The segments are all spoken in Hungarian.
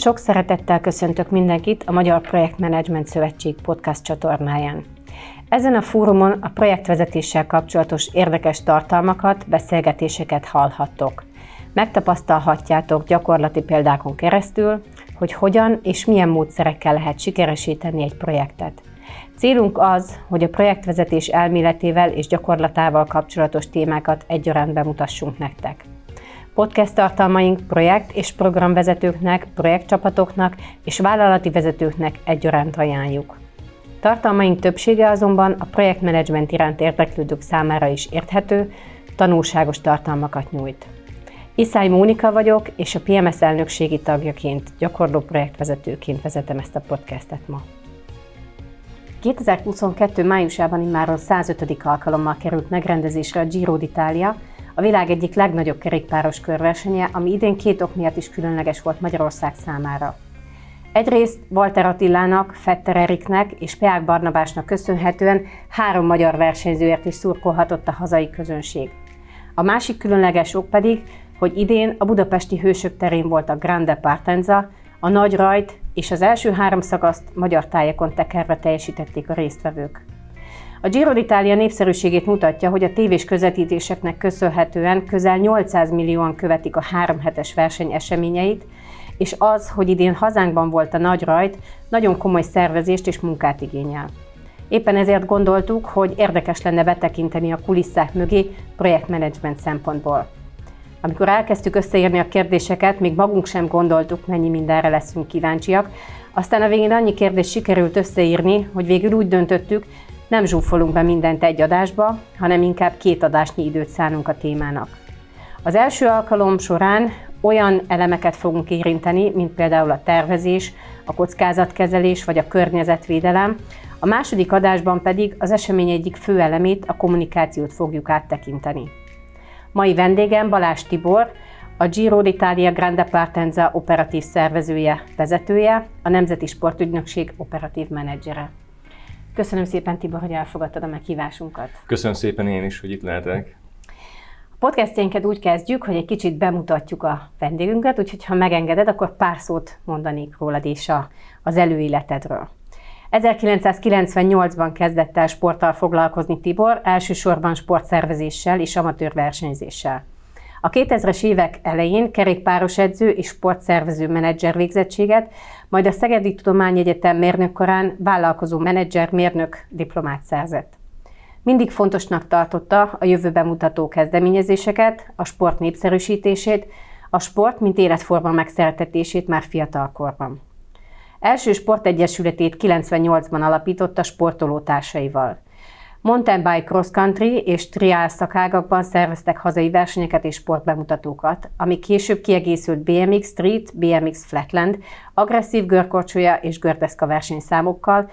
Sok szeretettel köszöntök mindenkit a Magyar Projektmenedzsment Szövetség podcast csatornáján. Ezen a fórumon a projektvezetéssel kapcsolatos érdekes tartalmakat, beszélgetéseket hallhattok. Megtapasztalhatjátok gyakorlati példákon keresztül, hogy hogyan és milyen módszerekkel lehet sikeresíteni egy projektet. Célunk az, hogy a projektvezetés elméletével és gyakorlatával kapcsolatos témákat egyaránt bemutassunk nektek. Podcast tartalmaink projekt- és programvezetőknek, projektcsapatoknak és vállalati vezetőknek egyaránt ajánljuk. Tartalmaink többsége azonban a projektmenedzsment iránt érdeklődők számára is érthető, tanulságos tartalmakat nyújt. Iszály Mónika vagyok, és a PMS elnökségi tagjaként, gyakorló projektvezetőként vezetem ezt a podcastet ma. 2022. májusában immáron 105. alkalommal került megrendezésre a Giro d'Italia, a világ egyik legnagyobb kerékpáros körversenye, ami idén két ok miatt is különleges volt Magyarország számára. Egyrészt Walter Attilának, Fetter Eriknek és Peák Barnabásnak köszönhetően 3 magyar versenyzőért is szurkolhatott a hazai közönség. A másik különleges ok pedig, hogy idén a budapesti Hősök terén volt a Grande Partenza, a nagy rajt, és az első 3 szakaszt magyar tájakon tekerve teljesítették a résztvevők. A Giro d'Italia népszerűségét mutatja, hogy a tévés közvetítéseknek köszönhetően közel 800 millióan követik a 3 hetes verseny eseményeit, és az, hogy idén hazánkban volt a nagy rajt, nagyon komoly szervezést és munkát igényel. Éppen ezért gondoltuk, hogy érdekes lenne betekinteni a kulisszák mögé projektmenedzsment szempontból. Amikor elkezdtük összeírni a kérdéseket, még magunk sem gondoltuk, mennyi mindenre leszünk kíváncsiak, aztán a végén annyi kérdést sikerült összeírni, hogy végül úgy döntöttük, nem zsúfolunk be mindent egy adásba, hanem inkább 2 adásnyi időt szánunk a témának. Az első alkalom során olyan elemeket fogunk érinteni, mint például a tervezés, a kockázatkezelés vagy a környezetvédelem, a második adásban pedig az esemény egyik fő elemét, a kommunikációt fogjuk áttekinteni. Mai vendégem Balázs Tibor, a Giro d'Italia Grande Partenza operatív szervezője, vezetője, a Nemzeti Sportügynökség operatív menedzsere. Köszönöm szépen, Tibor, hogy elfogadtad a meghívásunkat. Köszönöm szépen én is, hogy itt lehetek. A podcastjainket úgy kezdjük, hogy egy kicsit bemutatjuk a vendégünket, úgyhogy ha megengeded, akkor pár szót mondanék rólad és az előéletedről. 1998-ban kezdett el sporttal foglalkozni Tibor, elsősorban sportszervezéssel és amatőr versenyzéssel. A 2000-es évek elején kerékpáros edző és sportszervező menedzser végzettséget, majd a Szegedi Tudományegyetem mérnökkarán vállalkozó menedzser mérnök diplomát szerzett. Mindig fontosnak tartotta a jövőben mutató kezdeményezéseket, a sport népszerűsítését, a sport mint életforma megszerettetését már fiatalkorban. Első sportegyesületét 98-ban alapította sportolótársaival. Mountain bike cross country és trial szakágakban szerveztek hazai versenyeket és sportbemutatókat, ami később kiegészült BMX Street, BMX Flatland, agresszív görkorcsolya és gördeszka versenyszámokkal,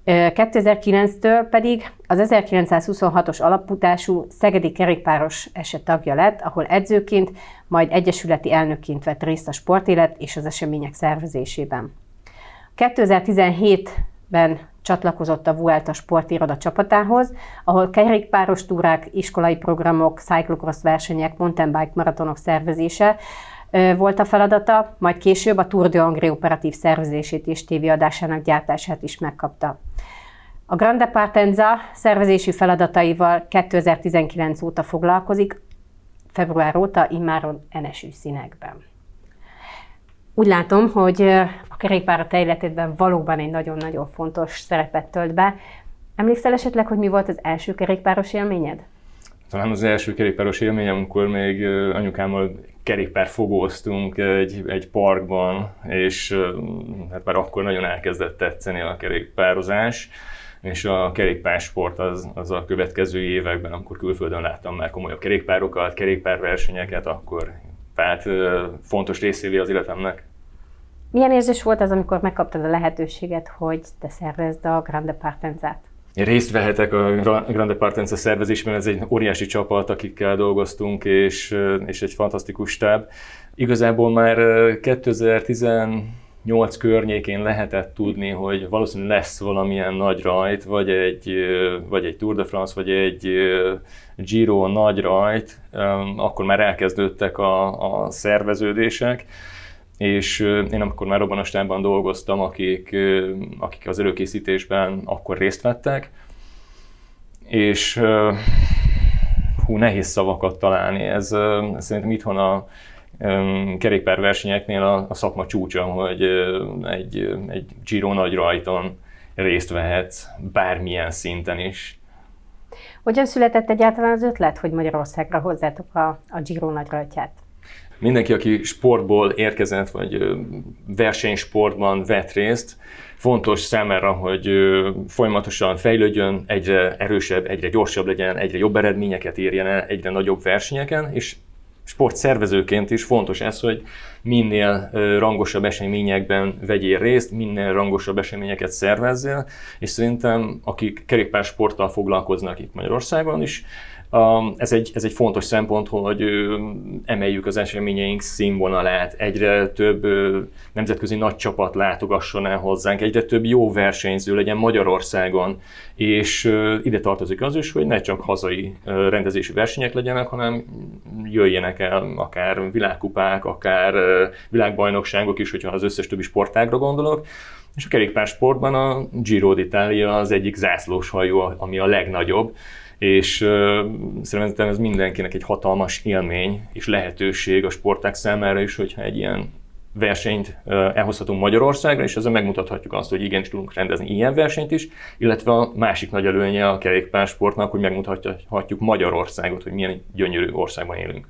2009-től pedig az 1926-os alapítású Szegedi Kerékpáros Eset tagja lett, ahol edzőként, majd egyesületi elnökként vett részt a sportélet és az események szervezésében. 2017-ben csatlakozott a Vuelta sportiroda csapatához, ahol kerékpáros túrák, iskolai programok, cyclocross versenyek, mountain bike maratonok szervezése volt a feladata, majd később a Tour de Hongrie operatív szervezését és tévéadásának gyártását is megkapta. A Grande Partenza szervezési feladataival 2019 óta foglalkozik, február óta immáron NSÜ színekben. Úgy látom, hogy a kerékpár a te életedben valóban egy nagyon-nagyon fontos szerepet tölt be. Emlékszel esetleg, hogy mi volt az első kerékpáros élményed? Talán az első kerékpáros élményem, amikor még anyukámmal kerékpárfogóztunk egy parkban, és hát már akkor nagyon elkezdett tetszeni a kerékpározás, és a kerékpársport az a következő években, amikor külföldön láttam már komolyabb kerékpárokat, kerékpárversenyeket, akkor tehát fontos részévé az életemnek. Milyen érzés volt az, amikor megkaptad a lehetőséget, hogy te szervezd a Grande Partenzát? Én részt vehetek a Grande Partenza szervezésben, ez egy óriási csapat, akikkel dolgoztunk, és egy fantasztikus stáb. Igazából már 2018 környékén lehetett tudni, hogy valószínűleg lesz valamilyen nagy rajt, vagy egy Tour de France, vagy egy Giro nagy rajt, akkor már elkezdődtek a szerveződések. és én akkor már abban a stábban dolgoztam, akik az előkészítésben akkor részt vettek, és nehéz szavakat találni. Ez szerintem itthon a kerékpárversenyeknél a szakma csúcsa, hogy egy Giro nagy rajton részt vehetsz bármilyen szinten is. Hogyan született egyáltalán az ötlet, hogy Magyarországra hozzátok a Giro nagy rajtját? Mindenki, aki sportból érkezett, vagy versenysportban vett részt, fontos számára, hogy folyamatosan fejlődjön, egyre erősebb, egyre gyorsabb legyen, egyre jobb eredményeket érjen el, egyre nagyobb versenyeken, és sportszervezőként is fontos ez, hogy minél rangosabb eseményekben vegyél részt, minél rangosabb eseményeket szervezzél, és szerintem akik kerékpársporttal foglalkoznak itt Magyarországon is, ez egy fontos szempont, hogy emeljük az eseményeink színvonalát, egyre több nemzetközi nagy csapat látogasson el hozzánk, egyre több jó versenyző legyen Magyarországon, és ide tartozik az is, hogy ne csak hazai rendezési versenyek legyenek, hanem jöjjenek el akár világkupák, akár világbajnokságok is, hogyha az összes többi sportágra gondolok. És a kerékpársportban a Giro d'Italia az egyik zászlóshajó, ami a legnagyobb, és szerintem ez mindenkinek egy hatalmas élmény és lehetőség a sportág számára is, hogyha egy ilyen versenyt elhozhatunk Magyarországra, és ezzel megmutathatjuk azt, hogy igenis tudunk rendezni ilyen versenyt is, illetve a másik nagy előnye a kerékpársportnak, hogy megmutathatjuk Magyarországot, hogy milyen gyönyörű országban élünk.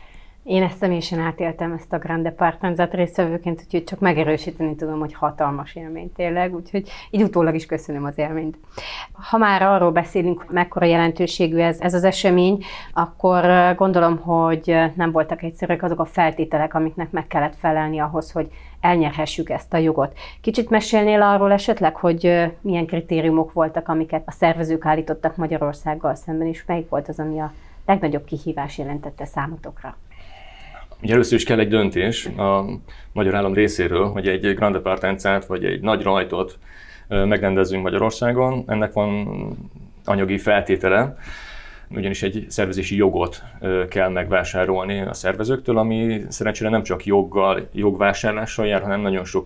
Én ezt személyesen átéltem, ezt a Grande Partenzát résztvevőként, úgyhogy csak megerősíteni tudom, hogy hatalmas élmény tényleg, úgyhogy így utólag is köszönöm az élményt. Ha már arról beszélünk, mekkora jelentőségű ez az esemény, akkor gondolom, hogy nem voltak egyszerűek azok a feltételek, amiknek meg kellett felelni ahhoz, hogy elnyerhessük ezt a jogot. Kicsit mesélnél arról esetleg, hogy milyen kritériumok voltak, amiket a szervezők állítottak Magyarországgal szemben, és melyik volt az, ami a legnagyobb kihívás jelentette számotokra? Ugye először is kell egy döntés a magyar állam részéről, hogy egy Grande Partenzát vagy egy nagy rajtot megrendezzünk Magyarországon. Ennek van anyagi feltétele, ugyanis egy szervezési jogot kell megvásárolni a szervezőktől, ami szerencsére nem csak jogvásárlással jár, hanem nagyon sok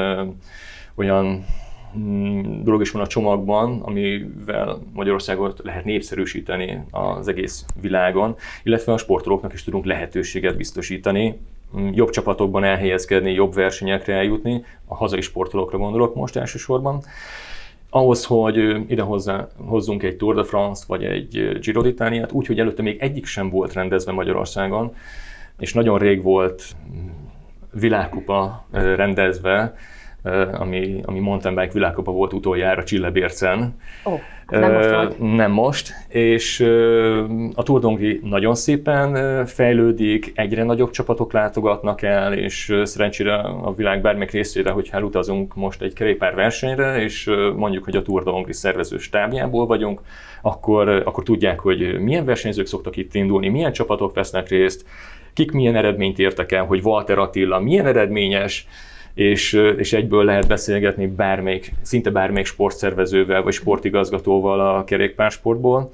olyan dolog is van a csomagban, amivel Magyarországot lehet népszerűsíteni az egész világon, illetve a sportolóknak is tudunk lehetőséget biztosítani, jobb csapatokban elhelyezkedni, jobb versenyekre eljutni, a hazai sportolókra gondolok most elsősorban. Ahhoz, hogy ide hozzunk egy Tour de France vagy egy Giro d'Italiát, úgyhogy előtte még egyik sem volt rendezve Magyarországon, és nagyon rég volt világkupa rendezve, ami mountain bike világkupa volt utoljára Csillebércen. Nem most volt. Nem most, és a Tour d'Hongrie nagyon szépen fejlődik, egyre nagyobb csapatok látogatnak el, és szerencsére a világ bármelyik részére, hogyha elutazunk most egy kerékpárversenyre, és mondjuk, hogy a Tour d'Hongrie szervező stábjából vagyunk, akkor tudják, hogy milyen versenyzők szoktak itt indulni, milyen csapatok vesznek részt, kik milyen eredményt értek el, hogy Walter Attila milyen eredményes, és egyből lehet beszélgetni szinte bármelyik sportszervezővel vagy sportigazgatóval a kerékpársportból.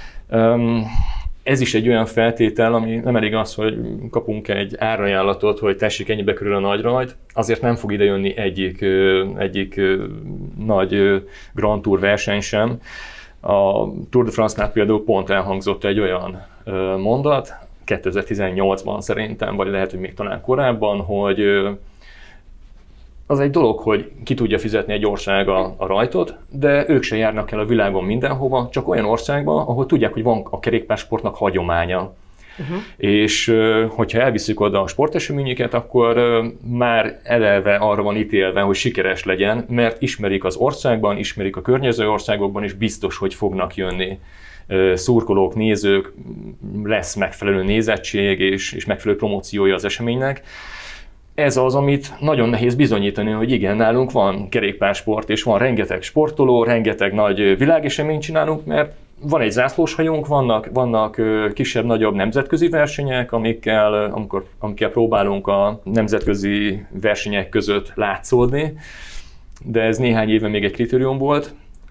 Ez is egy olyan feltétel, ami nem elég az, hogy kapunk egy árajánlatot, hogy tessék, ennyibe kerül a nagy rajt, azért nem fog idejönni egyik nagy Grand Tour verseny sem. A Tour de France-nál például pont elhangzott egy olyan mondat, 2018-ban szerintem, vagy lehet, hogy még talán korábban, hogy az egy dolog, hogy ki tudja fizetni egy ország a rajtot, de ők se járnak el a világon mindenhova, csak olyan országban, ahol tudják, hogy van a kerékpársportnak hagyománya. És hogyha elviszük oda a sporteseményeket, akkor már eleve arra van ítélve, hogy sikeres legyen, mert ismerik az országban, ismerik a környező országokban, és biztos, hogy fognak jönni szurkolók, nézők, lesz megfelelő nézettség és megfelelő promóciója az eseménynek. Ez az, amit nagyon nehéz bizonyítani, hogy igen, nálunk van kerékpársport, és van rengeteg sportoló, rengeteg nagy világeseményt csinálunk, mert van egy zászlóshajónk, vannak kisebb-nagyobb nemzetközi versenyek, amikkel próbálunk a nemzetközi versenyek között látszódni, de ez néhány éve még egy kritérium volt,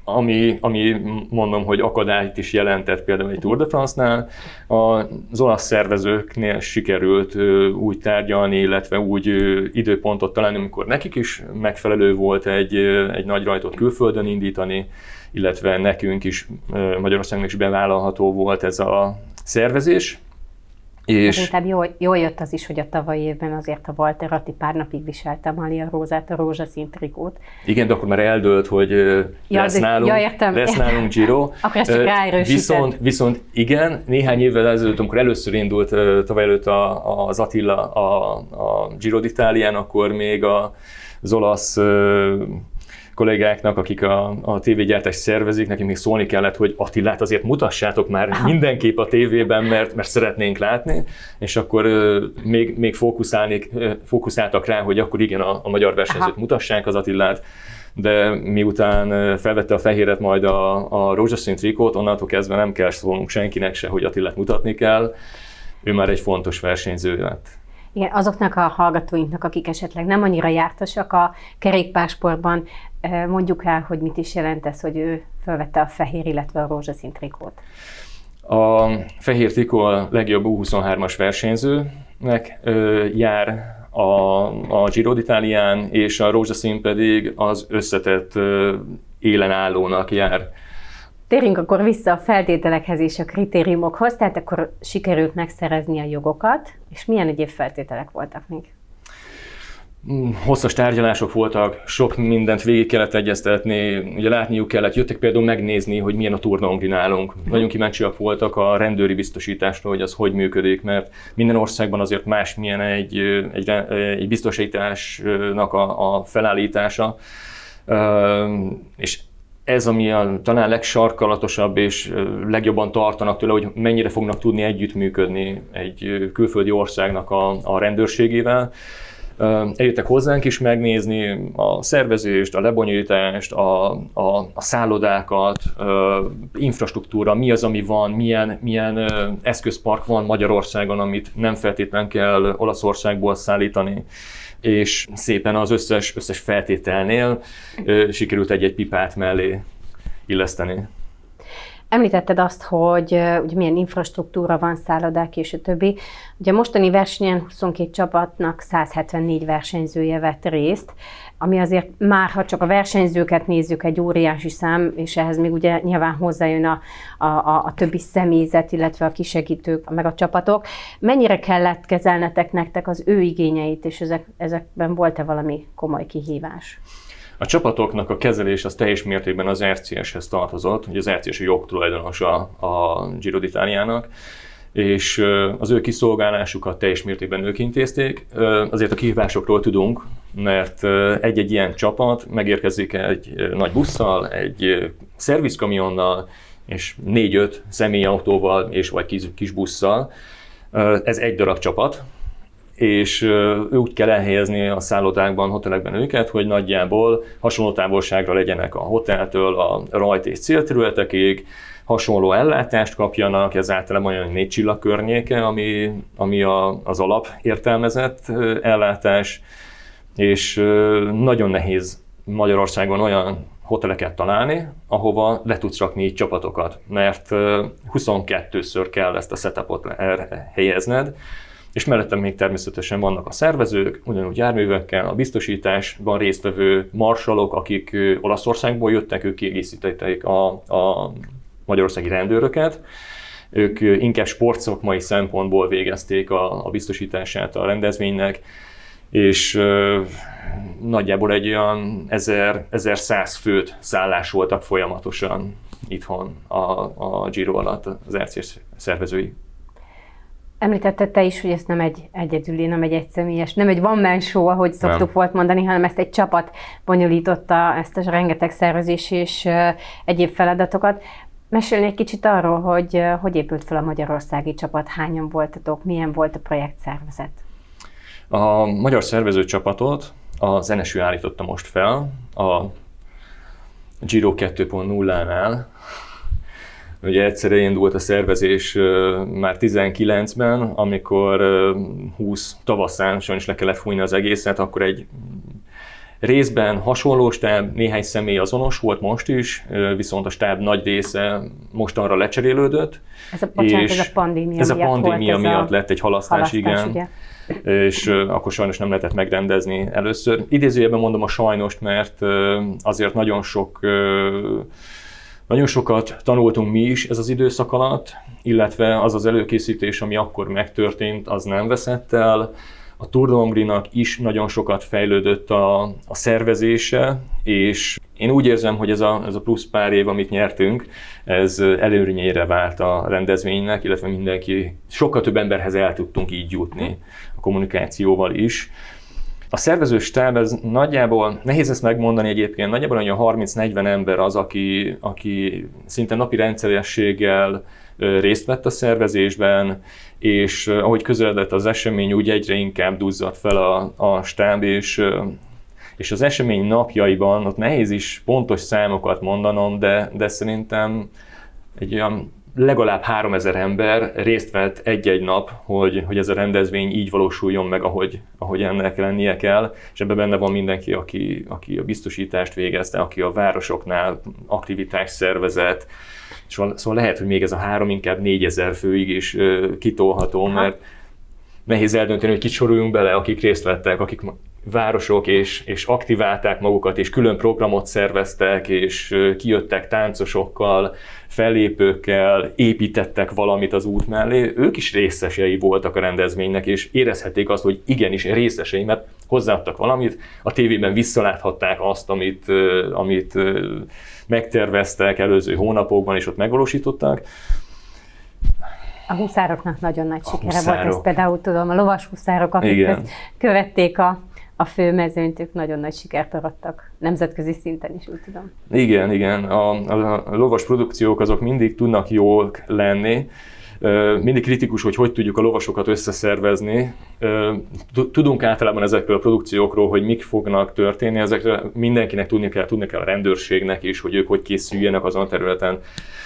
ami mondom, hogy akadályt is jelentett például egy Tour de France-nál, az olasz szervezőknél sikerült úgy tárgyalni, illetve úgy időpontot találni, amikor nekik is megfelelő volt egy nagy rajtot külföldön indítani, illetve nekünk is, Magyarországnak is bevállalható volt ez a szervezés. És inkább jól jött az is, hogy a tavalyi évben azért a Walter Atti pár napig viselte Malia Rózát, a rózsaszín trikót. Igen, de akkor már eldőlt, hogy lesz nálunk Giro. Akkor ezt csak ráerősített. Viszont igen, néhány évvel ezelőtt, amikor először indult tavaly előtt az Attila a Giro d'Italián, akkor még az olasz kollégáknak, akik a tévégyártást szervezik, nekik még szólni kellett, hogy Attilát azért mutassátok már mindenképp a tévében, mert szeretnénk látni, és akkor még fókuszáltak rá, hogy akkor igen, a magyar versenyzőt mutassák az Attilát, de miután felvette a fehéret majd a rózsaszín trikót, onnantól kezdve nem kell szólnunk senkinek se, hogy Attilát mutatni kell, ő már egy fontos versenyző lett. Igen, azoknak a hallgatóinknak, akik esetleg nem annyira jártasak a kerékpársportban, mondjuk el, hogy mit is jelent ez, hogy ő felvette a fehér, illetve a rózsaszín trikót. A fehér trikó a legjobb U23-as versenyzőnek jár a Giro d'Italián, és a rózsaszín pedig az összetett élenállónak jár. Térjünk akkor vissza a feltételekhez és a kritériumokhoz, tehát akkor sikerült megszerezni a jogokat, és milyen egyéb feltételek voltak még? Hosszas tárgyalások voltak, sok mindent végig kellett egyeztetni, ugye látniuk kellett, jöttek például megnézni, hogy milyen a Tour de Hongrie nálunk. Nagyon kíváncsiak voltak a rendőri biztosításra, hogy az hogy működik, mert minden országban azért másmilyen egy biztosításnak a felállítása, és ez, ami talán legsarkalatosabb és legjobban tartanak tőle, hogy mennyire fognak tudni együttműködni egy külföldi országnak a rendőrségével. Eljöttek hozzánk is megnézni a szervezést, a lebonyolítást, a szállodákat, infrastruktúra, mi az, ami van, milyen eszközpark van Magyarországon, amit nem feltétlenül kell Olaszországból szállítani. És szépen az összes feltételnél sikerült egy pipát mellé illeszteni. Említetted azt, hogy ugye milyen infrastruktúra van, szállodák és a többi. Ugye a mostani versenyen 22 csapatnak 174 versenyzője vett részt, ami azért már, ha csak a versenyzőket nézzük, egy óriási szám, és ehhez még ugye nyilván hozzájön a többi személyzet, illetve a kisegítők, meg a csapatok. Mennyire kellett kezelnetek nektek az ő igényeit, és ezekben volt-e valami komoly kihívás? A csapatoknak a kezelés az teljes mértékben az RCS-hez tartozott, ugye az RCS a jogtulajdonosa a Giro d'Italiának, és az ő kiszolgálásukat teljes mértékben ők intézték. Azért a kihívásokról tudunk, mert egy-egy ilyen csapat megérkezik egy nagy busszal, egy szervizkamionnal, és 4-5 személyautóval és vagy kis busszal. Ez egy darab csapat, és úgy kell elhelyezni a szállodákban, hotelekben őket, hogy nagyjából hasonló távolságra legyenek a hoteltől a rajt és célterületekig, hasonló ellátást kapjanak, ez általában olyan 4 csillag környéke, ami az alap értelmezett ellátás, és nagyon nehéz Magyarországon olyan hoteleket találni, ahova le tudsz rakni így csapatokat, mert 22-ször kell ezt a setupot helyezned, és mellettem még természetesen vannak a szervezők, ugyanúgy járművekkel, a biztosításban résztvevő marsalok, akik Olaszországból jöttek, ők kiegészítették a magyarországi rendőröket. Ők inkább sportszakmai szempontból végezték a biztosítását a rendezvénynek, és nagyjából egy olyan 1100 főt szállásoltak folyamatosan itthon a Giro alatt az RCS szervezői. Említetted te is, hogy ez nem egy egyedüli, nem egy egyszemélyes, nem egy one-man show, ahogy szoktuk volt mondani, hanem ezt egy csapat bonyolította, ezt a rengeteg szervezés és egyéb feladatokat. Mesélni egy kicsit arról, hogy épült fel a magyarországi csapat, hányan voltatok, milyen volt a projektszervezet? A magyar szervezőcsapatot az NSU állította most fel a Giro 2.0-nál. Ugye egyszerre indult a szervezés már 19-ben, amikor 20 tavaszán sajnos le kellett fújni az egészet, akkor egy Részben hasonló stáb, néhány személy azonos volt most is, viszont a stáb nagy része mostanra lecserélődött. Ez a pandémia miatt lett egy halasztás, igen. Ugye? És akkor sajnos nem lehetett megrendezni először. Idézőjelben mondom a sajnost, mert azért nagyon sokat tanultunk mi is ez az időszak alatt, illetve az az előkészítés, ami akkor megtörtént, az nem veszett el. A Tour de Hongrie-nak is nagyon sokat fejlődött a szervezése, és én úgy érzem, hogy ez a plusz pár év, amit nyertünk, ez előnyére vált a rendezvénynek, illetve mindenki, sokkal több emberhez el tudtunk így jutni a kommunikációval is. A szervező stáb, ez nagyjából, nehéz ezt megmondani egyébként, nagyjából olyan 30-40 ember az, aki szinte napi rendszerességgel részt vett a szervezésben, és ahogy közeledett az esemény, úgy egyre inkább duzzadt fel a stáb, és az esemény napjaiban, ott nehéz is pontos számokat mondanom, de szerintem egy olyan legalább 3000 ember részt vett egy-egy nap, hogy ez a rendezvény így valósuljon meg, ahogy ennek lennie kell, és ebben benne van mindenki, aki a biztosítást végezte, aki a városoknál aktivitást szervezett, szóval lehet, hogy még ez a 3, inkább 4000 főig is kitolható, mert nehéz eldönteni, hogy kit soroljunk bele, akik részt vettek, akik városok, és aktiválták magukat, és külön programot szerveztek, és kijöttek táncosokkal, fellépőkkel, építettek valamit az út mellé. Ők is részesei voltak a rendezvénynek, és érezhették azt, hogy igenis részesei, mert hozzáadtak valamit, a tévében visszaláthatták azt, amit megterveztek előző hónapokban, és ott megvalósítottak. A huszároknak nagyon nagy sikere volt, ezt például tudom, a lovas huszárok, akik követték a főmezőnyt, ők nagyon nagy sikert arattak, nemzetközi szinten is, úgy tudom. Igen. A lovas produkciók azok mindig tudnak jól lenni, mindig kritikus, hogy tudjuk a lovasokat összeszervezni. Tudunk általában ezekről a produkciókról, hogy mik fognak történni, ezekről mindenkinek tudni kell a rendőrségnek is, hogy ők hogy készüljenek azon a területen.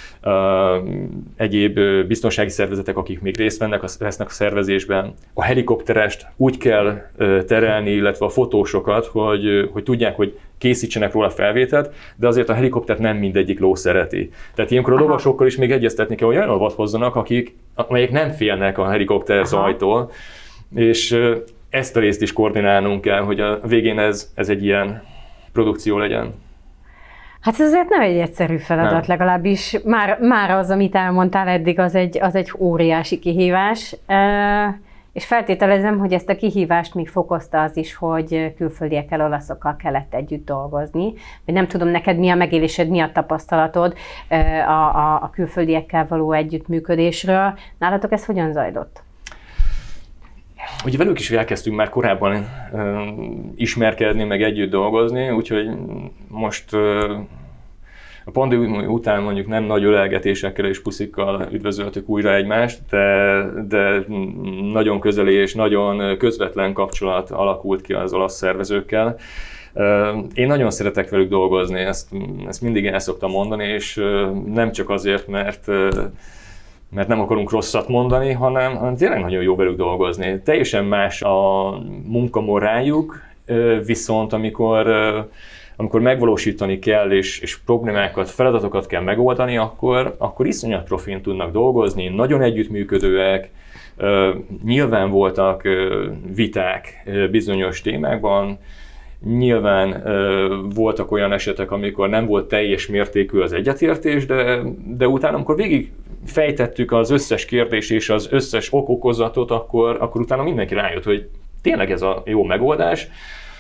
Egyéb biztonsági szervezetek, akik még részt vesznek a szervezésben. A helikopterest úgy kell terelni, illetve a fotósokat, hogy tudják, hogy készítsenek róla felvételt, de azért a helikoptert nem mindegyik ló szereti. Tehát ilyenkor a lovasokkal is még egyeztetni kell, hogy olyan lovat hozzanak, amelyek nem félnek a helikopter zajtól, és ezt a részt is koordinálnunk kell, hogy a végén ez egy ilyen produkció legyen. Hát ez azért nem egy egyszerű feladat, nem. Legalábbis már az, amit elmondtál eddig, az egy óriási kihívás, és feltételezem, hogy ezt a kihívást még fokozta az is, hogy külföldiekkel, olaszokkal kellett együtt dolgozni. Vagy nem tudom, neked mi a megélésed, mi a tapasztalatod a külföldiekkel való együttműködésről. Nálatok ez hogyan zajlott? Ugye velük is elkezdtünk már korábban ismerkedni, meg együtt dolgozni, úgyhogy most a pandémia után mondjuk nem nagy ölelgetésekkel és puszikkal üdvözöltük újra egymást, de nagyon közeli és nagyon közvetlen kapcsolat alakult ki az olasz szervezőkkel. Én nagyon szeretek velük dolgozni, ezt mindig el szoktam mondani, és nem csak azért, mert nem akarunk rosszat mondani, hanem tényleg nagyon jó velük dolgozni. Teljesen más a munkamoráljuk, viszont amikor megvalósítani kell, és problémákat, feladatokat kell megoldani, akkor iszonyat profin tudnak dolgozni, nagyon együttműködőek, nyilván voltak viták bizonyos témákban, nyilván voltak olyan esetek, amikor nem volt teljes mértékű az egyetértés, de utána, amikor végig fejtettük az összes kérdést és az összes okokozatot, akkor utána mindenki rájött, hogy tényleg ez a jó megoldás.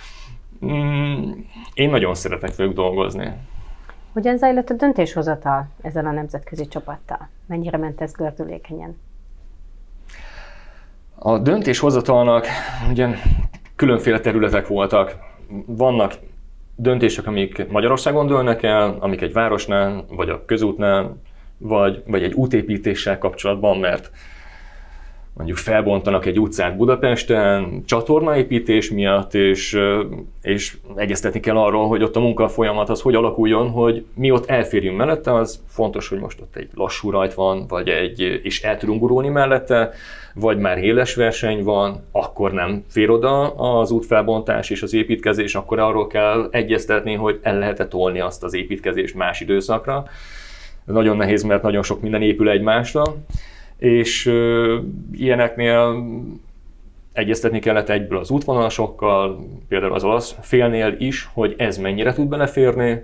Én nagyon szeretek velük dolgozni. Hogyan zajlott a döntéshozatal ezzel a nemzetközi csapattal? Mennyire ment ez gördülékenyen? A döntéshozatalnak ugye különféle területek voltak. Vannak döntések, amik Magyarországon dőlnek el, amik egy városnál, vagy a közútnál, vagy egy útépítéssel kapcsolatban, mert mondjuk felbontanak egy utcát Budapesten csatornaépítés miatt, és egyeztetni kell arról, hogy ott a munkafolyamat az hogy alakuljon, hogy mi ott elférjünk mellette, az fontos, hogy most ott egy lassú rajt van, és el tudunk gurulni mellette, vagy már éles verseny van, akkor nem fér oda az útfelbontás és az építkezés, akkor arról kell egyeztetni, hogy el lehet-e tolni azt az építkezést más időszakra. Ez nagyon nehéz, mert nagyon sok minden épül egymásra, és ilyeneknél egyeztetni kellett egyből az útvonalasokkal, például az olasz félnél is, hogy ez mennyire tud beleférni.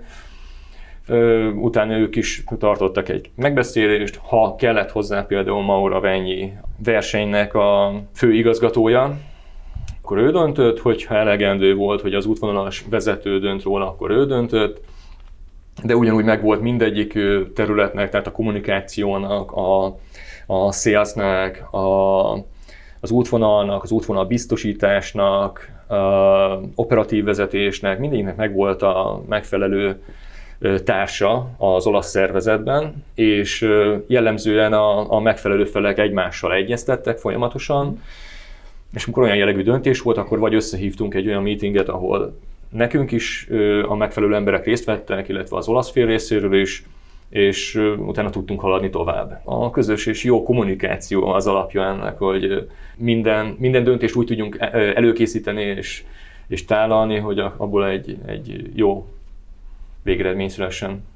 Utána ők is tartottak egy megbeszélést, ha kellett hozzá például Maura Vennyi versenynek a főigazgatója, akkor ő döntött, hogyha elegendő volt, hogy az útvonalas vezető dönt róla, akkor ő döntött, de ugyanúgy megvolt mindegyik területnek, tehát a kommunikációnak, a salesnek, az útvonalnak, az útvonal biztosításnak, operatív vezetésnek, mindegyiknek megvolt a megfelelő társa az olasz szervezetben, és jellemzően a megfelelő felek egymással egyeztettek folyamatosan, és amikor olyan jellegű döntés volt, akkor vagy összehívtunk egy olyan meetinget, ahol nekünk is a megfelelő emberek részt vettek, illetve az olasz fél részéről is, és utána tudtunk haladni tovább. A közös és jó kommunikáció az alapja ennek, hogy minden döntést úgy tudjunk előkészíteni és tálalni, hogy abból egy jó végeredmény szülessen.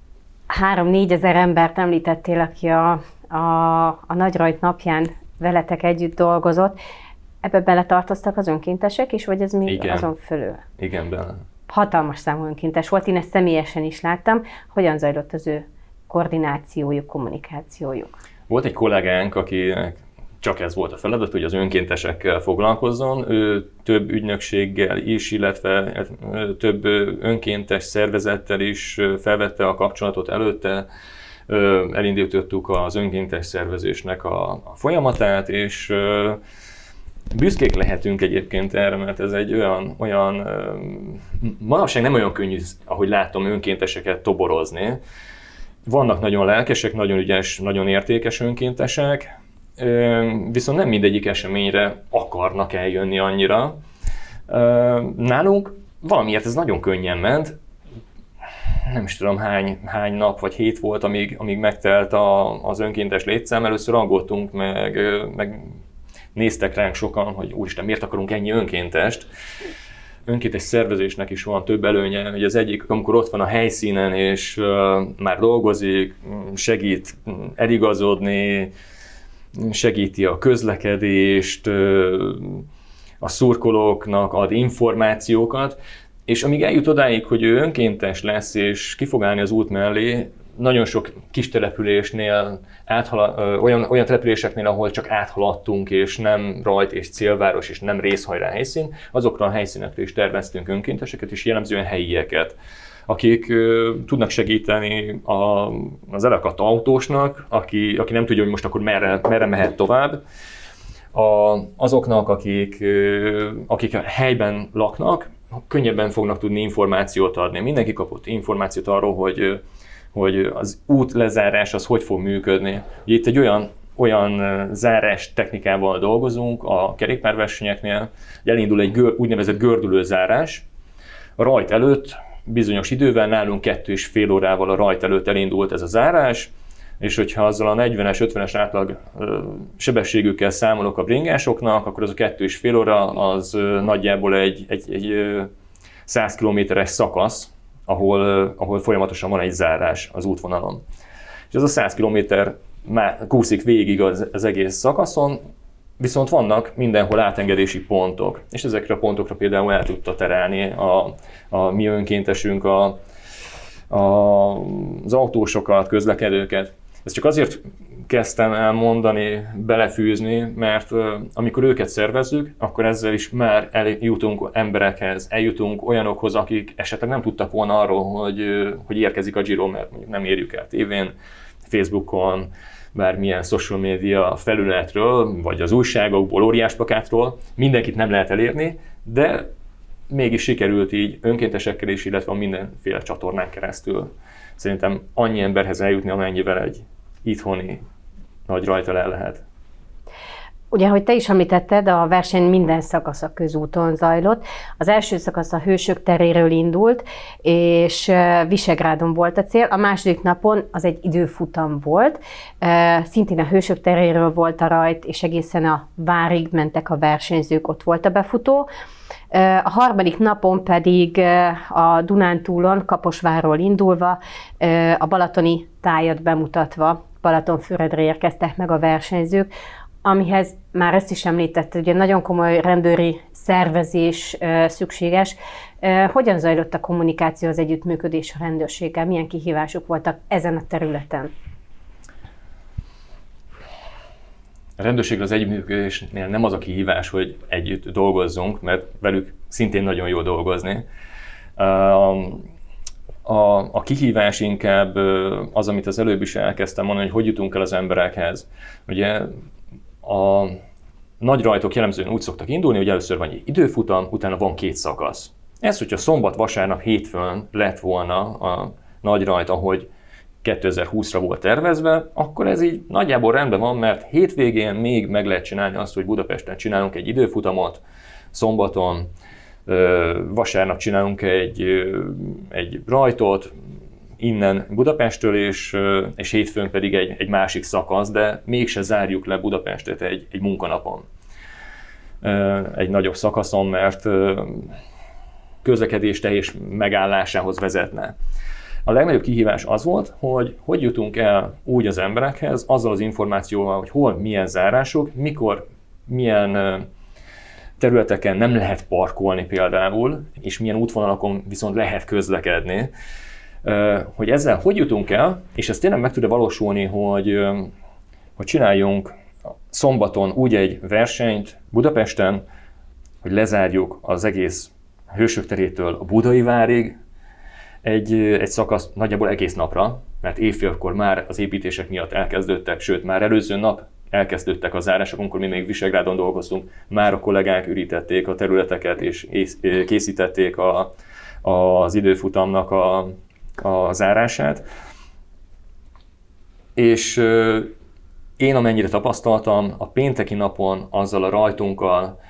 3-4 ezer embert említettél, aki a Nagy Rajt napján veletek együtt dolgozott. Ebbe beletartoztak az önkéntesek is, vagy ez még igen, azon fölül? Igen, bele. Hatalmas számú önkéntes volt, én ezt személyesen is láttam. Hogyan zajlott az ő koordinációjuk, kommunikációjuk? Volt egy kollégánk, akinek csak ez volt a feladat, hogy az önkéntesekkel foglalkozzon. Ő több ügynökséggel is, illetve több önkéntes szervezettel is felvette a kapcsolatot előtte. Elindítottuk az önkéntes szervezésnek a folyamatát, és büszkék lehetünk egyébként erre, mert ez egy olyan manapság nem olyan könnyű, ahogy látom, önkénteseket toborozni. Vannak nagyon lelkesek, nagyon ügyes, nagyon értékes önkéntesek, viszont nem mindegyik eseményre akarnak eljönni annyira. Nálunk valamiért ez nagyon könnyen ment. Nem is tudom hány nap vagy hét volt, amíg megtelt az önkéntes létszám. Először aggódtunk, meg néztek ránk sokan, hogy úristen, miért akarunk ennyi önkéntest. Önkéntes szervezésnek is van több előnye, hogy az egyik, amikor ott van a helyszínen és már dolgozik, segít eligazodni, segíti a közlekedést, a szurkolóknak ad információkat, és amíg eljut odáig, hogy ő önkéntes lesz és ki fog állni az út mellé, nagyon sok kis településnél, olyan településeknél, ahol csak áthaladtunk, és nem rajt és célváros, és nem részhajrá helyszín, azokra a helyszínekre is terveztünk önkénteseket, és jellemzően helyieket, akik tudnak segíteni az elakadt autósnak, aki nem tudja, hogy most akkor merre mehet tovább, azoknak, akik a helyben laknak, könnyebben fognak tudni információt adni. Mindenki kapott információt arról, hogy az út lezárás az hogy fog működni. Itt egy olyan zárás technikával dolgozunk a kerékpárversenyeknél, hogy elindul egy úgynevezett gördülőzárás. A rajt előtt bizonyos idővel, nálunk 2,5 órával a rajt előtt elindult ez a zárás, és hogyha azzal a 40-es, 50-es átlag sebességükkel számolok a bringásoknak, akkor az a 2,5 óra az nagyjából egy 100 kilométeres szakasz, ahol folyamatosan van egy zárás az útvonalon. És ez a 100 kilométer kúszik végig az egész szakaszon, viszont vannak mindenhol átengedési pontok, és ezekre a pontokra például el tudta terelni a mi önkéntesünk az autósokat, közlekedőket. Ezt csak azért kezdtem el mondani, belefűzni, mert amikor őket szervezzük, akkor ezzel is már eljutunk emberekhez, eljutunk olyanokhoz, akik esetleg nem tudtak volna arról, hogy érkezik a Giro, mert mondjuk nem érjük el tévén, Facebookon, bármilyen social media felületről, vagy az újságokból, óriásplakátról. Mindenkit nem lehet elérni, de mégis sikerült így önkéntesekkel is, illetve mindenféle csatornán keresztül szerintem annyi emberhez eljutni, amennyivel egy itthoni Nagy Rajttal el lehet. Ugye, ahogy te is említetted, a verseny minden szakasza közúton zajlott. Az első szakasz a Hősök teréről indult, és Visegrádon volt a cél. A második napon az egy időfutam volt. Szintén a Hősök teréről volt a rajt, és egészen a Várig mentek a versenyzők, ott volt a befutó. A harmadik napon pedig a Dunántúlon, Kaposvárról indulva, a balatoni tájat bemutatva Balatonfüredre érkeztek meg a versenyzők, amihez már ezt is említette, ugye nagyon komoly rendőri szervezés szükséges. Hogyan zajlott a kommunikáció, az együttműködés a rendőrséggel? Milyen kihívások voltak ezen a területen? A rendőrségre az együttműködésnél nem az a kihívás, hogy együtt dolgozzunk, mert velük szintén nagyon jó dolgozni. A kihívás inkább az, amit az előbb is elkezdtem mondani, hogy jutunk el az emberekhez. Ugye a nagy rajtok jellemzően úgy szoktak indulni, hogy először van egy időfutam, utána van 2 szakasz. Ez, hogyha szombat, vasárnap, hétfőn lett volna a nagy rajt, ahogy 2020-ra volt tervezve, akkor ez így nagyjából rendben van, mert hétvégén még meg lehet csinálni azt, hogy Budapesten csinálunk egy időfutamot, szombaton, vasárnap csinálunk egy rajtot, innen Budapesttől, és hétfőn pedig egy másik szakasz, de mégse zárjuk le Budapestet egy munkanapon. Egy nagyobb szakaszon, mert közlekedés teljes megállásához vezetne. A legnagyobb kihívás az volt, hogy jutunk el úgy az emberekhez, azzal az információval, hogy hol milyen zárások, mikor milyen területeken nem lehet parkolni például, és milyen útvonalakon viszont lehet közlekedni, hogy ezzel hogy jutunk el, és ez tényleg meg tud valósulni, hogy csináljunk szombaton úgy egy versenyt Budapesten, hogy lezárjuk az egész Hősök terétől a Budai Várig egy szakasz nagyjából egész napra, mert éjfélkor már az építések miatt elkezdődtek, sőt már előző nap elkezdődtek a zárások, amikor mi még Visegrádon dolgoztunk, már a kollégák ürítették a területeket és készítették az időfutamnak a zárását. És én amennyire tapasztaltam, a pénteki napon azzal a rajtunkkal,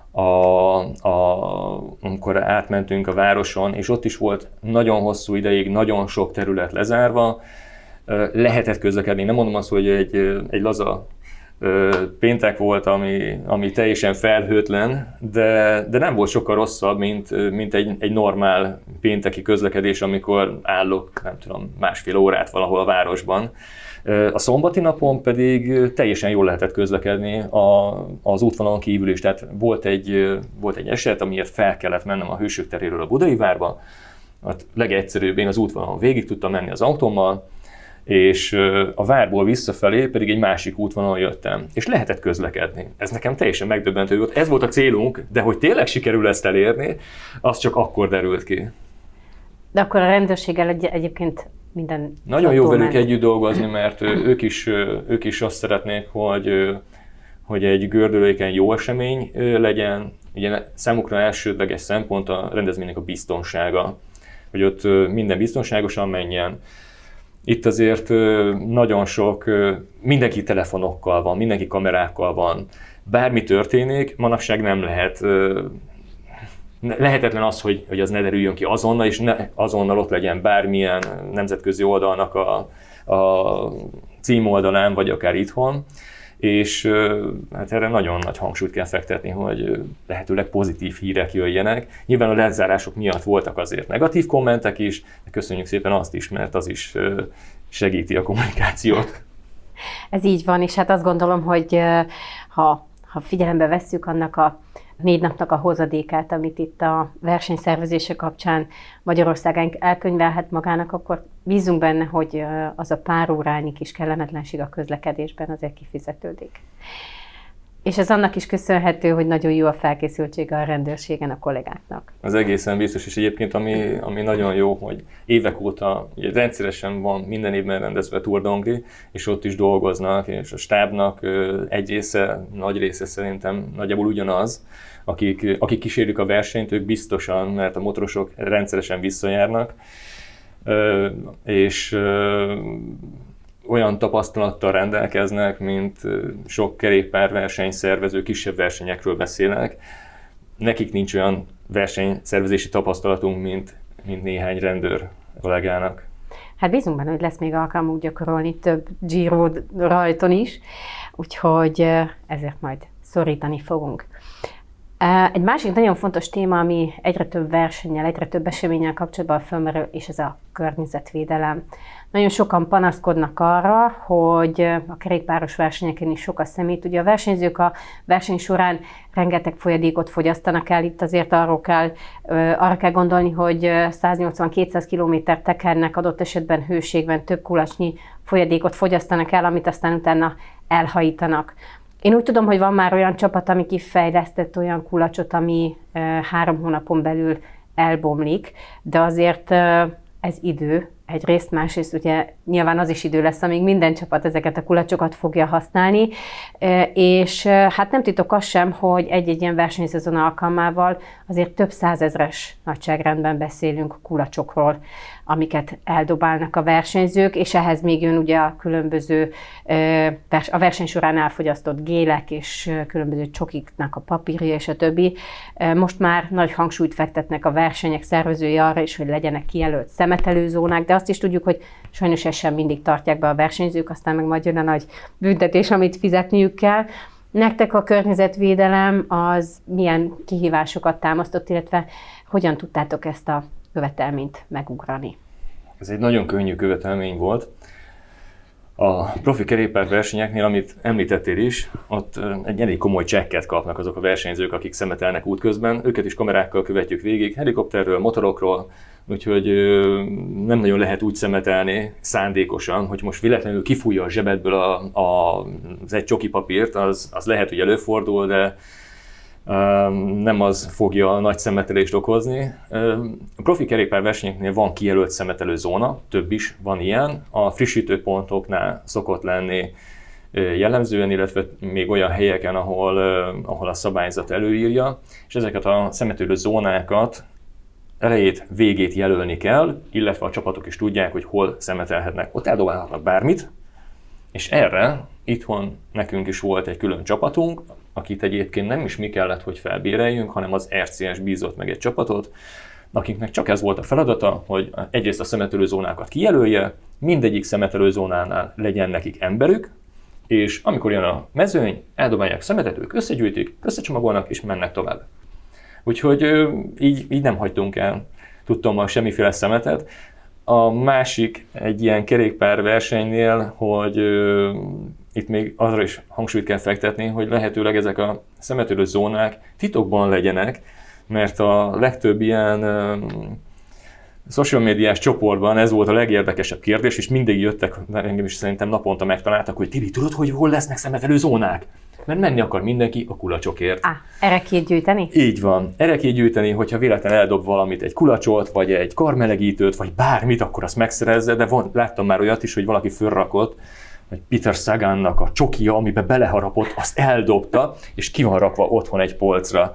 amikor átmentünk a városon, és ott is volt nagyon hosszú ideig, nagyon sok terület lezárva, lehetett közlekedni. Nem mondom azt, hogy egy laza péntek volt, ami teljesen felhőtlen, de nem volt sokkal rosszabb, mint egy normál pénteki közlekedés, amikor állok, nem tudom, másfél órát valahol a városban. A szombati napon pedig teljesen jól lehetett közlekedni az útvonalon kívül is. Tehát volt egy eset, amiért fel kellett mennem a Hősök teréről a Budai Várba. Hát legegyszerűbb, én az útvonalon végig tudtam menni az autómmal, és a várból visszafelé pedig egy másik útvonalon jöttem, és lehetett közlekedni. Ez nekem teljesen megdöbbentő volt. Ez volt a célunk, de hogy tényleg sikerül ezt elérni, az csak akkor derült ki. De akkor a rendőrséggel egyébként minden... Nagyon jó velük együtt dolgozni, mert ők is azt szeretnék, hogy egy gördülékeny jó esemény legyen. Ugye számukra elsődleges szempont a rendezvénynek a biztonsága, hogy ott minden biztonságosan menjen. Itt azért nagyon sok, mindenki telefonokkal van, mindenki kamerákkal van, bármi történik, manapság nem lehetetlen az, hogy az ne derüljön ki azonnal, és azonnal ott legyen bármilyen nemzetközi oldalnak a címoldalán, vagy akár itthon, és hát erre nagyon nagy hangsúlyt kell fektetni, hogy lehetőleg pozitív hírek jöjjenek. Nyilván a lezárások miatt voltak azért negatív kommentek is, de köszönjük szépen azt is, mert az is segíti a kommunikációt. Ez így van, és hát azt gondolom, hogy ha figyelembe vesszük annak a 4 napnak a hozadékát, amit itt a versenyszervezése kapcsán Magyarország elkönyvelhet magának, akkor bízunk benne, hogy az a pár órányi kis kellemetlenség a közlekedésben azért kifizetődik. És ez annak is köszönhető, hogy nagyon jó a felkészültsége a rendőrségen a kollégáknak. Az egészen biztos, és egyébként ami nagyon jó, hogy évek óta ugye rendszeresen van minden évben rendezve Tour d'Hongrie, és ott is dolgoznak, és a stábnak egy része, nagy része szerintem nagyjából ugyanaz, akik kísérjük a versenyt, ők biztosan, mert a motorosok rendszeresen visszajárnak, és olyan tapasztalattal rendelkeznek, mint sok kerékpárverseny szervező, kisebb versenyekről beszélek. Nekik nincs olyan versenyszervezési tapasztalatunk, mint néhány rendőr kollégának. Hát bízunk benne, hogy lesz még alkalmunk gyakorolni több Giro rajton is, úgyhogy ezért majd szorítani fogunk. Egy másik nagyon fontos téma, ami egyre több versennyel, egyre több eseménnyel kapcsolatban felmerül, és ez a környezetvédelem. Nagyon sokan panaszkodnak arra, hogy a kerékpáros versenyeken is sok a szemét. Ugye a versenyzők a verseny során rengeteg folyadékot fogyasztanak el, itt azért arra kell gondolni, hogy 180-200 kilométer tekernek, adott esetben hőségben több kulacsnyi folyadékot fogyasztanak el, amit aztán utána elhajítanak. Én úgy tudom, hogy van már olyan csapat, ami kifejlesztett olyan kulacsot, ami 3 hónapon belül elbomlik, de azért ez idő egyrészt, másrészt ugye nyilván az is idő lesz, amíg minden csapat ezeket a kulacsokat fogja használni, és hát nem titok az sem, hogy egy-egy ilyen versenyszezon alkalmával azért több százezres nagyságrendben beszélünk kulacsokról, amiket eldobálnak a versenyzők, és ehhez még jön ugye a különböző a verseny során elfogyasztott gélek és különböző csokiknak a papírja és a többi. Most már nagy hangsúlyt fektetnek a versenyek szervezői arra is, hogy legyenek kijelölt szemetelőzónák, de azt is tudjuk, hogy sajnos ezt sem mindig tartják be a versenyzők, aztán meg majd jön a nagy büntetés, amit fizetniük kell. Nektek a környezetvédelem az milyen kihívásokat támasztott, illetve hogyan tudtátok ezt a követelményt megugrani? Ez egy nagyon könnyű követelmény volt. A profi kerékpárversenyeknél, amit említettél is, ott egy elég komoly csekket kapnak azok a versenyzők, akik szemetelnek útközben. Őket is kamerákkal követjük végig, helikopterről, motorokról, úgyhogy nem nagyon lehet úgy szemetelni szándékosan, hogy most véletlenül kifújja a zsebedből az egy csoki papírt, az lehet, hogy előfordul, de nem az fogja a nagy szemetelést okozni. A profi kerékpárversenyeknél van kijelölt szemetelő zóna, több is van ilyen. A frissítőpontoknál szokott lenni jellemzően, illetve még olyan helyeken, ahol a szabályzat előírja, és ezeket a szemetelő zónákat elejét, végét jelölni kell, illetve a csapatok is tudják, hogy hol szemetelhetnek. Ott eldobálhatnak bármit, és erre itthon nekünk is volt egy külön csapatunk, akit egyébként nem is mi kellett, hogy felbéreljünk, hanem az RCS bízott meg egy csapatot, akiknek csak ez volt a feladata, hogy egyrészt a szemetelőzónákat kijelölje, mindegyik szemetelőzónánál legyen nekik emberük, és amikor jön a mezőny, eldobálják szemetet, ők összegyűjtik, összecsomagolnak és mennek tovább. Úgyhogy így nem hagytunk el tudtommal semmiféle szemetet. A másik egy ilyen kerékpár versenynél, hogy itt még arra is hangsúlyt kell fektetni, hogy lehetőleg ezek a szemetölő zónák titokban legyenek, mert a legtöbb ilyen social médiás csoportban ez volt a legérdekesebb kérdés, és mindig jöttek, engem is szerintem naponta megtaláltak, hogy Tibi, tudod, hogy hol lesznek szemetelő zónák? Mert menni akar mindenki a kulacsokért. Erekét gyűjteni? Így van. Erekét gyűjteni, hogyha véletlen eldob valamit, egy kulacsot, vagy egy karmelegítőt, vagy bármit, akkor azt megszerezze, de láttam már olyat is, hogy valaki fölrakott, hogy Peter Sagannak a csokija, amiben beleharapott, azt eldobta, és ki van rakva otthon egy polcra.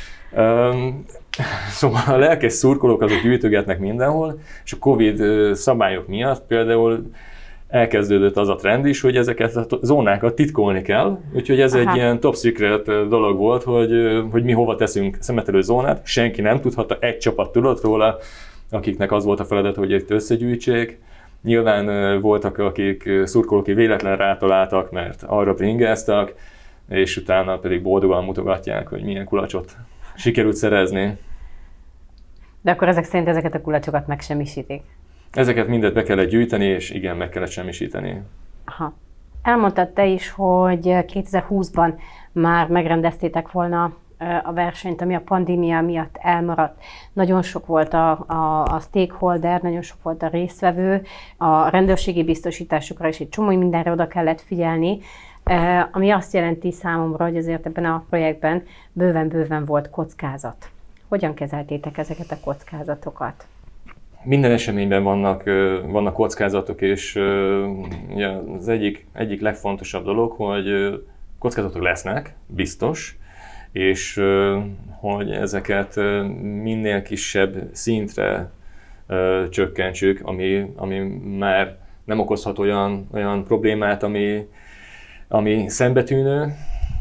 Szóval a lelkes szurkolók azok gyűjtögetnek mindenhol, és a Covid szabályok miatt például elkezdődött az a trend is, hogy ezeket a zónákat titkolni kell, úgyhogy ez egy ilyen top secret dolog volt, hogy mi hova teszünk szemetelő zónát, senki nem tudhatta, egy csapat tudott róla, akiknek az volt a feladat, hogy ezt összegyűjtsék. Nyilván voltak, akik szurkolók véletlen rátaláltak, mert arra bringáztak, és utána pedig boldogan mutogatják, hogy milyen kulacsot sikerült szerezni. De akkor ezek szerint ezeket a kulacsokat megsemmisítik? Ezeket mindet be kellett gyűjteni, és igen, meg kellett semmisíteni. Aha. Elmondtad te is, hogy 2020-ban már megrendeztétek volna a versenyt, ami a pandémia miatt elmaradt. Nagyon sok volt a stakeholder, nagyon sok volt a résztvevő, a rendőrségi biztosításokra is egy csomó mindenre oda kellett figyelni, ami azt jelenti számomra, hogy azért ebben a projektben bőven-bőven volt kockázat. Hogyan kezeltétek ezeket a kockázatokat? Minden eseményben vannak kockázatok, és az egyik legfontosabb dolog, hogy kockázatok lesznek, biztos, és hogy ezeket minél kisebb szintre csökkentsük, ami már nem okozhat olyan problémát, ami szembetűnő,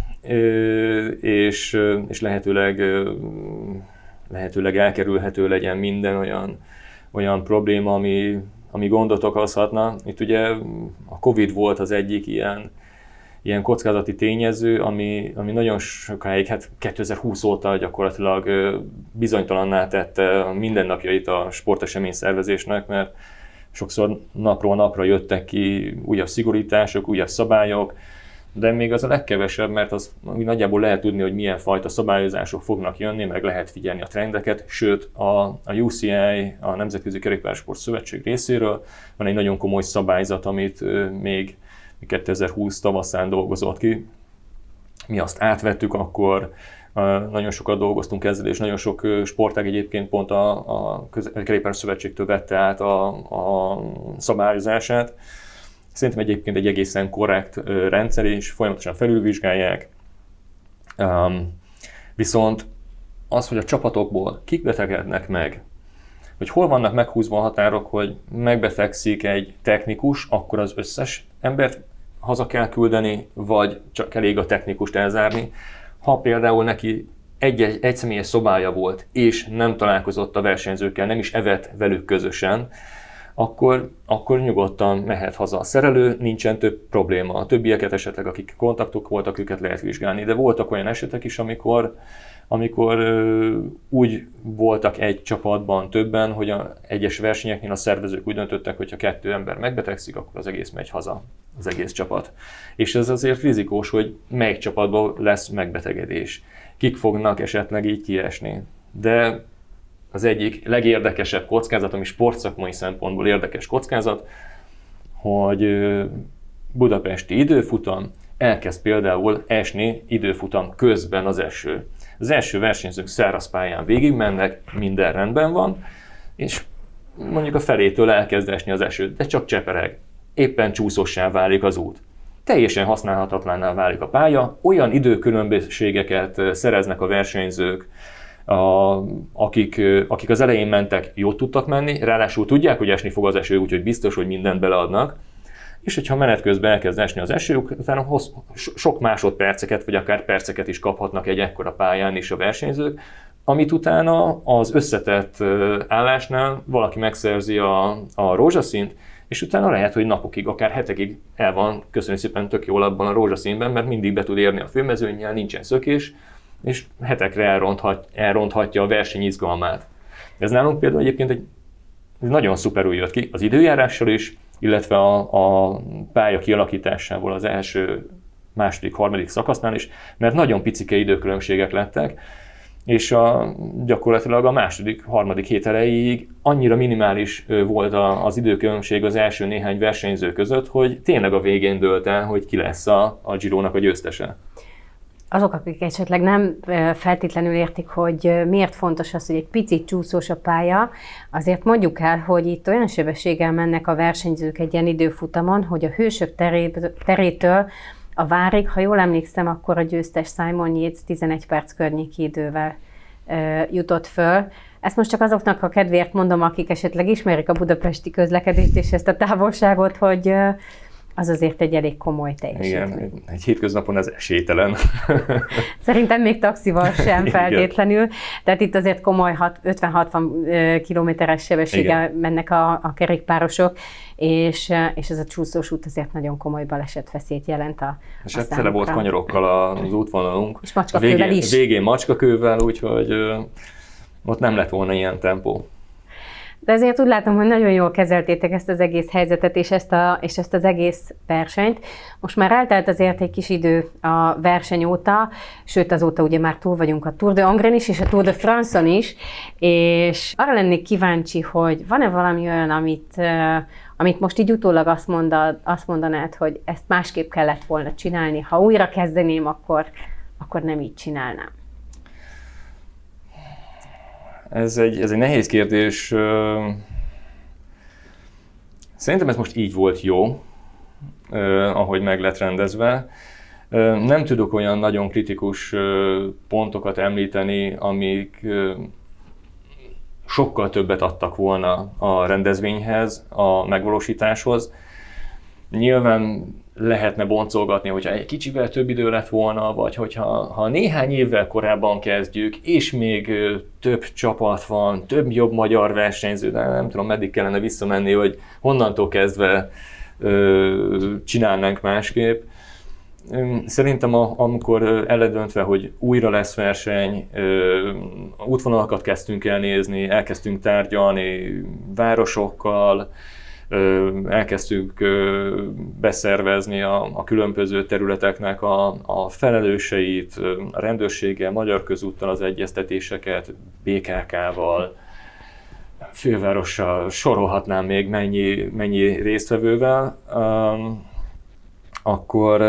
és lehetőleg elkerülhető legyen minden olyan probléma, ami gondot okozhatna. Itt ugye a Covid volt az egyik ilyen kockázati tényező, ami nagyon sokáig, hát 2020 óta gyakorlatilag bizonytalanná tette a mindennapjait a sportesemény szervezésnek, mert sokszor napról napra jöttek ki újabb szigorítások, újabb szabályok, de még az a legkevesebb, mert az nagyjából lehet tudni, hogy milyen fajta szabályozások fognak jönni, meg lehet figyelni a trendeket, sőt a UCI, a Nemzetközi Kerékpársport Szövetség részéről van egy nagyon komoly szabályzat, amit még 2020 tavaszán dolgozott ki. Mi azt átvettük, akkor nagyon sokat dolgoztunk ezzel, és nagyon sok sportág egyébként pont a Kerékpárszövetségtől vette át a szabályozását. Szerintem egyébként egy egészen korrekt rendszer, és folyamatosan felülvizsgálják. Viszont az, hogy a csapatokból kik betegednek meg, hogy hol vannak meghúzva a határok, hogy megbetegszik egy technikus, akkor az összes embert haza kell küldeni, vagy csak elég a technikust elzárni. Ha például neki egy személyes szobája volt, és nem találkozott a versenyzőkkel, nem is evett velük közösen, akkor nyugodtan mehet haza a szerelő, nincsen több probléma. A többieket esetleg, akik kontaktok voltak, őket lehet vizsgálni, de voltak olyan esetek is, amikor úgy voltak egy csapatban többen, hogy egyes versenyeknél a szervezők úgy döntöttek, hogy ha 2 ember megbetegszik, akkor az egész megy haza, az egész csapat. És ez azért rizikós, hogy melyik csapatban lesz megbetegedés. Kik fognak esetleg így kiesni. De az egyik legérdekesebb kockázat, ami sportszakmai szempontból érdekes kockázat, hogy budapesti időfutam elkezd például esni időfutam közben az eső. Az első versenyzők száraz pályán végigmennek, minden rendben van, és mondjuk a felétől elkezd esni az eső, de csak csepereg. Éppen csúszossá válik az út. Teljesen használhatatlanná válik a pálya, olyan időkülönbségeket szereznek a versenyzők, akik az elején mentek, jót tudtak menni, ráadásul tudják, hogy esni fog az eső, úgyhogy biztos, hogy mindent beleadnak, és hogyha menet közben elkezd esni az eső, utána sok másodperceket, vagy akár perceket is kaphatnak egy ekkora pályán is a versenyzők, amit utána az összetett állásnál valaki megszerzi a rózsaszínt, és utána lehet, hogy napokig, akár hetekig el van, köszönjük szépen, tök jól abban a rózsaszínben, mert mindig be tud érni a főmezőnnyel, nincsen szökés, és hetekre elronthatja a verseny izgalmát. Ez nálunk például egyébként egy nagyon szuperül jött ki az időjárással is, illetve a pálya kialakításával az első, második, harmadik szakasznál is, mert nagyon picike időkülönbségek lettek, és gyakorlatilag a második, harmadik hét elejéig annyira minimális volt az időkülönbség az első néhány versenyző között, hogy tényleg a végén dőlt el, hogy ki lesz a Girónak a győztese. Azok, akik esetleg nem feltétlenül értik, hogy miért fontos az, hogy egy picit csúszós a pálya, azért mondjuk el, hogy itt olyan sebességgel mennek a versenyzők egy ilyen időfutamon, hogy a Hősök terétől a Várig, ha jól emlékszem, akkor a győztes Simon Yates 11 perc környéki idővel jutott föl. Ezt most csak azoknak a kedvéért mondom, akik esetleg ismerik a budapesti közlekedést és ezt a távolságot, hogy az azért egy elég komoly teljesítmény. Igen, egy hétköznapon ez esélytelen. Szerintem még taxival sem feltétlenül. Tehát itt azért komoly 50-60 kilométeres sebességgel mennek a kerékpárosok, és ez a csúszós út azért nagyon komoly balesetveszélyt jelent a és hát tele volt kanyarokkal az útvonalunk. És macskakővel is. Végén macskakővel, úgyhogy ott nem lett volna ilyen tempó. De azért úgy látom, hogy nagyon jól kezeltétek ezt az egész helyzetet és ezt az egész versenyt. Most már eltelt azért egy kis idő a verseny óta, sőt azóta ugye már túl vagyunk a Tour de Angren is, és a Tour de France-on is, és arra lennék kíváncsi, hogy van-e valami olyan, amit most így utólag azt mondanád, hogy ezt másképp kellett volna csinálni, ha újra kezdeném, akkor nem így csinálnám. Ez egy nehéz kérdés. Szerintem ez most így volt jó, ahogy meg lett rendezve. Nem tudok olyan nagyon kritikus pontokat említeni, amik sokkal többet adtak volna a rendezvényhez, a megvalósításhoz. Nyilván lehetne boncolgatni, hogyha egy kicsivel több idő lett volna, vagy hogyha néhány évvel korábban kezdjük, és még több csapat van, több jobb magyar versenyző, de nem tudom, meddig kellene visszamenni, hogy honnantól kezdve csinálnánk másképp. Szerintem amikor eledöntve, hogy újra lesz verseny, útvonalakat kezdtünk el nézni, elkezdtünk tárgyalni városokkal, elkezdtük beszervezni a különböző területeknek a felelőseit, a rendőrséggel, Magyar Közúttal az egyeztetéseket, BKK-val, fővárossal, sorolhatnám még mennyi résztvevővel, akkor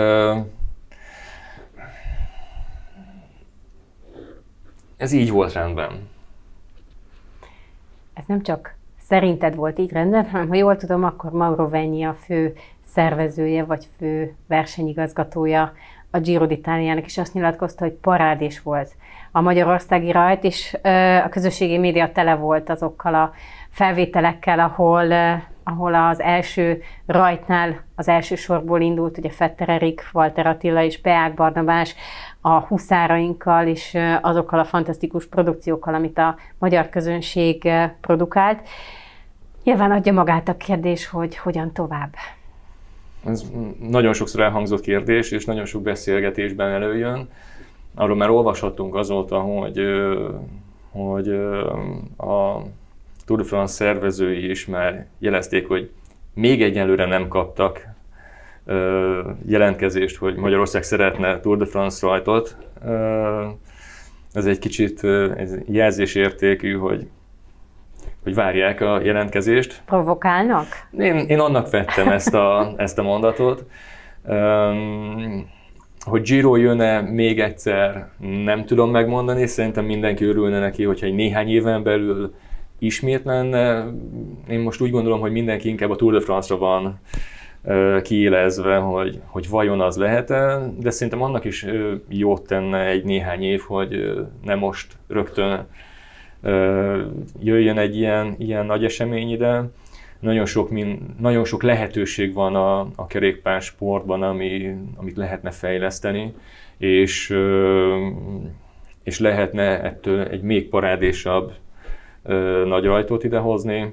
ez így volt rendben. Ez nem csak szerinted volt így rendben, hanem ha jól tudom, akkor Mauro Vegni a fő szervezője, vagy fő versenyigazgatója a Giro d'Italiának, és azt nyilatkozta, hogy parádés volt a magyarországi rajt, és a közösségi média tele volt azokkal a felvételekkel, ahol az első rajtnál az első sorból indult, ugye Fetter Erik, Walter Attila és Peák Barnabás a huszárainkkal, és azokkal a fantasztikus produkciókkal, amit a magyar közönség produkált. Nyilván adja magát a kérdés, hogy hogyan tovább. Ez nagyon sokszor elhangzott kérdés, és nagyon sok beszélgetésben előjön. Arról már olvashattunk azóta, hogy a Tour de France szervezői is már jelezték, hogy még egyelőre nem kaptak jelentkezést, hogy Magyarország szeretne Tour de France rajtot. Ez egy kicsit jelzésértékű, hogy várják a jelentkezést. Provokálnak? Én annak vettem ezt a mondatot. Hogy Giro jön-e még egyszer, nem tudom megmondani. Szerintem mindenki örülne neki, hogyha egy néhány éven belül ismét lenne. Én most úgy gondolom, hogy mindenki inkább a Tour de France-ra van kiélezve, hogy vajon az lehet-e, de szerintem annak is jót tenne egy néhány év, hogy nem most rögtön jöjjön egy ilyen nagy esemény ide. Nagyon sok lehetőség van a kerékpársportban, amit lehetne fejleszteni, és lehetne ettől egy még parádésabb nagy rajtot idehozni.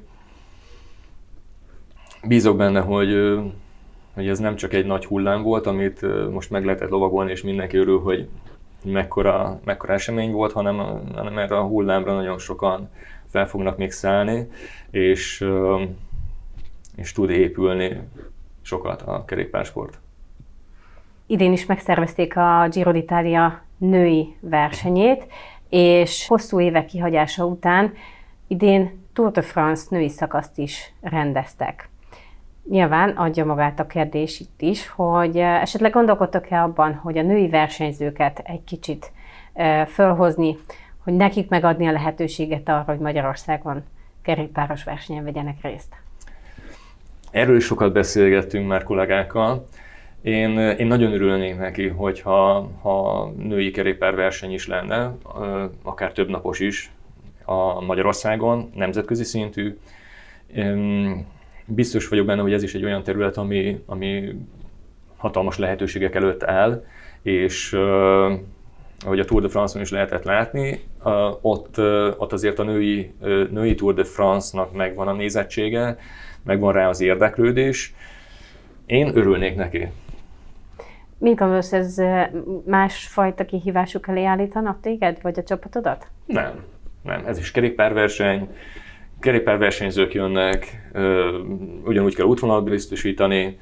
Bízok benne, hogy ez nem csak egy nagy hullám volt, amit most meg lehetett lovagolni, és mindenki örül, hogy mekkora esemény volt, hanem erre a hullámra nagyon sokan fel fognak még szállni, és tud épülni sokat a kerékpársport. Idén is megszervezték a Giro d'Italia női versenyét, és hosszú évek kihagyása után idén Tour de France női szakaszt is rendeztek. Nyilván adja magát a kérdés itt is, hogy esetleg gondolkodtak-e abban, hogy a női versenyzőket egy kicsit fölhozni, hogy nekik megadni a lehetőséget arra, hogy Magyarországon kerékpáros versenyen vegyenek részt? Erről is sokat beszélgettünk már kollégákkal. Én nagyon örülnék neki, hogyha női kerékpárverseny is lenne, akár több napos is a Magyarországon, nemzetközi szintű. Biztos vagyok benne, hogy ez is egy olyan terület, ami hatalmas lehetőségek előtt áll, és ahogy a Tour de France-on is lehetett látni, ott azért a női Tour de France-nak megvan a nézettsége, megvan rá az érdeklődés. Én örülnék neki. Mit gondolsz, ez másfajta kihívások elé állítanak téged, vagy a csapatodat? Nem. Ez is kerékpárverseny. Kerékpárversenyzők jönnek, ugyanúgy kell útvonalat biztosítani.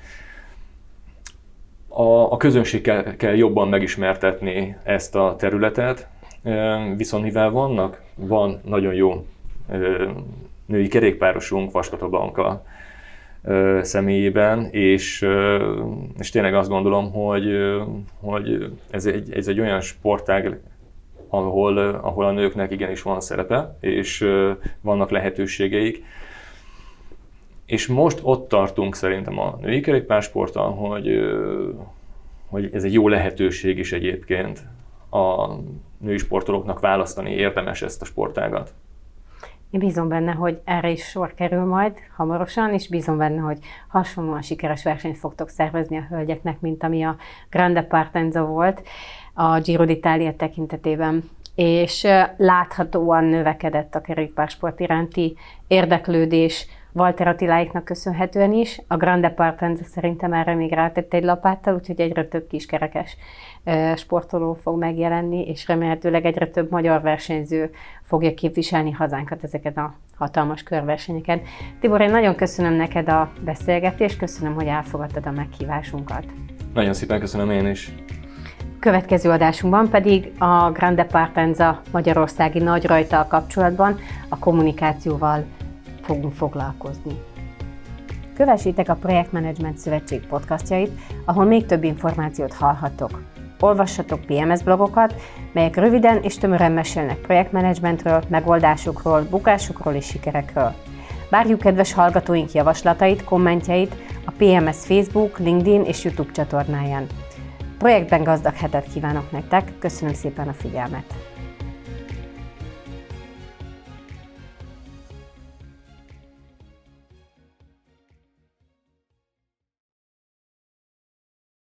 A közönség kell jobban megismertetni ezt a területet, viszont mivel van nagyon jó női kerékpárosunk Vaskata Blanka személyében, és tényleg azt gondolom, hogy ez egy olyan sportág, ahol a nőknek igenis van szerepe, és vannak lehetőségeik. És most ott tartunk szerintem a női kerékpársporttal, hogy ez egy jó lehetőség is egyébként a női sportolóknak választani, érdemes ezt a sportágat. Én bízom benne, hogy erre is sor kerül majd hamarosan, és bízom benne, hogy hasonlóan sikeres versenyt fogtok szervezni a hölgyeknek, mint ami a Grande Partenza volt a Giro d'Italia tekintetében. És láthatóan növekedett a kerékpársport iránti érdeklődés Walter Attiláiknak köszönhetően is. A Grande Partenza szerintem erre még rátett egy lapáttal, úgyhogy egyre több kiskerekes sportoló fog megjelenni, és remélhetőleg egyre több magyar versenyző fogja képviselni hazánkat ezeket a hatalmas körversenyeken. Tibor, én nagyon köszönöm neked a beszélgetést, köszönöm, hogy elfogadtad a meghívásunkat. Nagyon szépen köszönöm én is. Következő adásunkban pedig a Grande Partenza magyarországi nagyrajttal kapcsolatban a kommunikációval fogunk foglalkozni. Kövessétek a Projektmenedzsment Szövetség podcastjait, ahol még több információt hallhattok. Olvassatok PMS blogokat, melyek röviden és tömören mesélnek projektmenedzsmentről, megoldásokról, bukásokról és sikerekről. Várjuk kedves hallgatóink javaslatait, kommentjeit a PMS Facebook, LinkedIn és YouTube csatornáján. Projektben gazdag hetet kívánok nektek, köszönöm szépen a figyelmet!